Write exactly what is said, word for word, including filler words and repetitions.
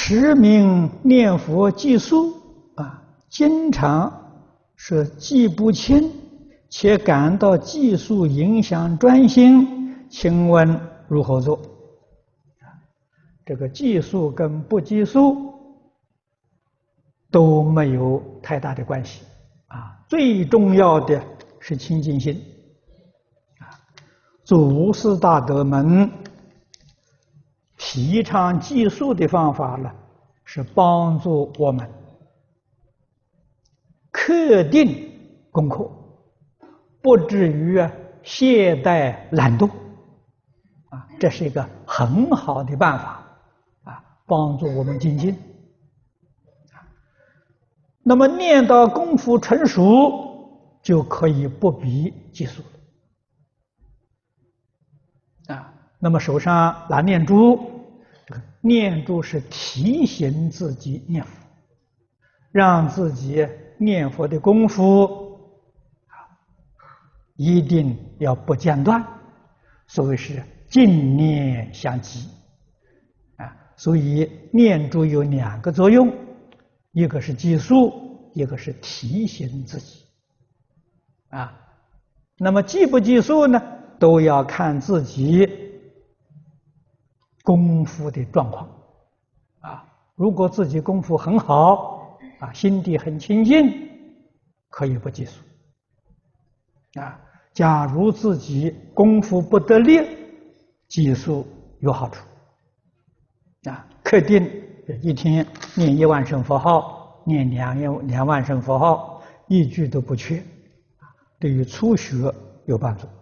持名念佛计数啊，经常是记不清，且感到计数影响专心，请问如何做？这个计数跟不计数都没有太大的关系啊，最重要的是清净心啊。祖师大德们提倡计数的方法呢，是帮助我们克定功课，不至于懈怠懒惰啊，这是一个很好的办法啊，帮助我们精进。那么念到功夫成熟，就可以不必计数了啊。那么手上拿念珠，这个念珠是提醒自己念佛，让自己念佛的功夫一定要不间断，所谓是静念相继啊。所以念珠有两个作用，一个是计数，一个是提醒自己啊。那么计不计数呢，都要看自己功夫的状况啊。如果自己功夫很好啊，心地很清净，可以不计数啊。假如自己功夫不得力，计数有好处啊。肯定一天念一万声佛号，念两两万声佛号，一句都不缺，对于初学有帮助。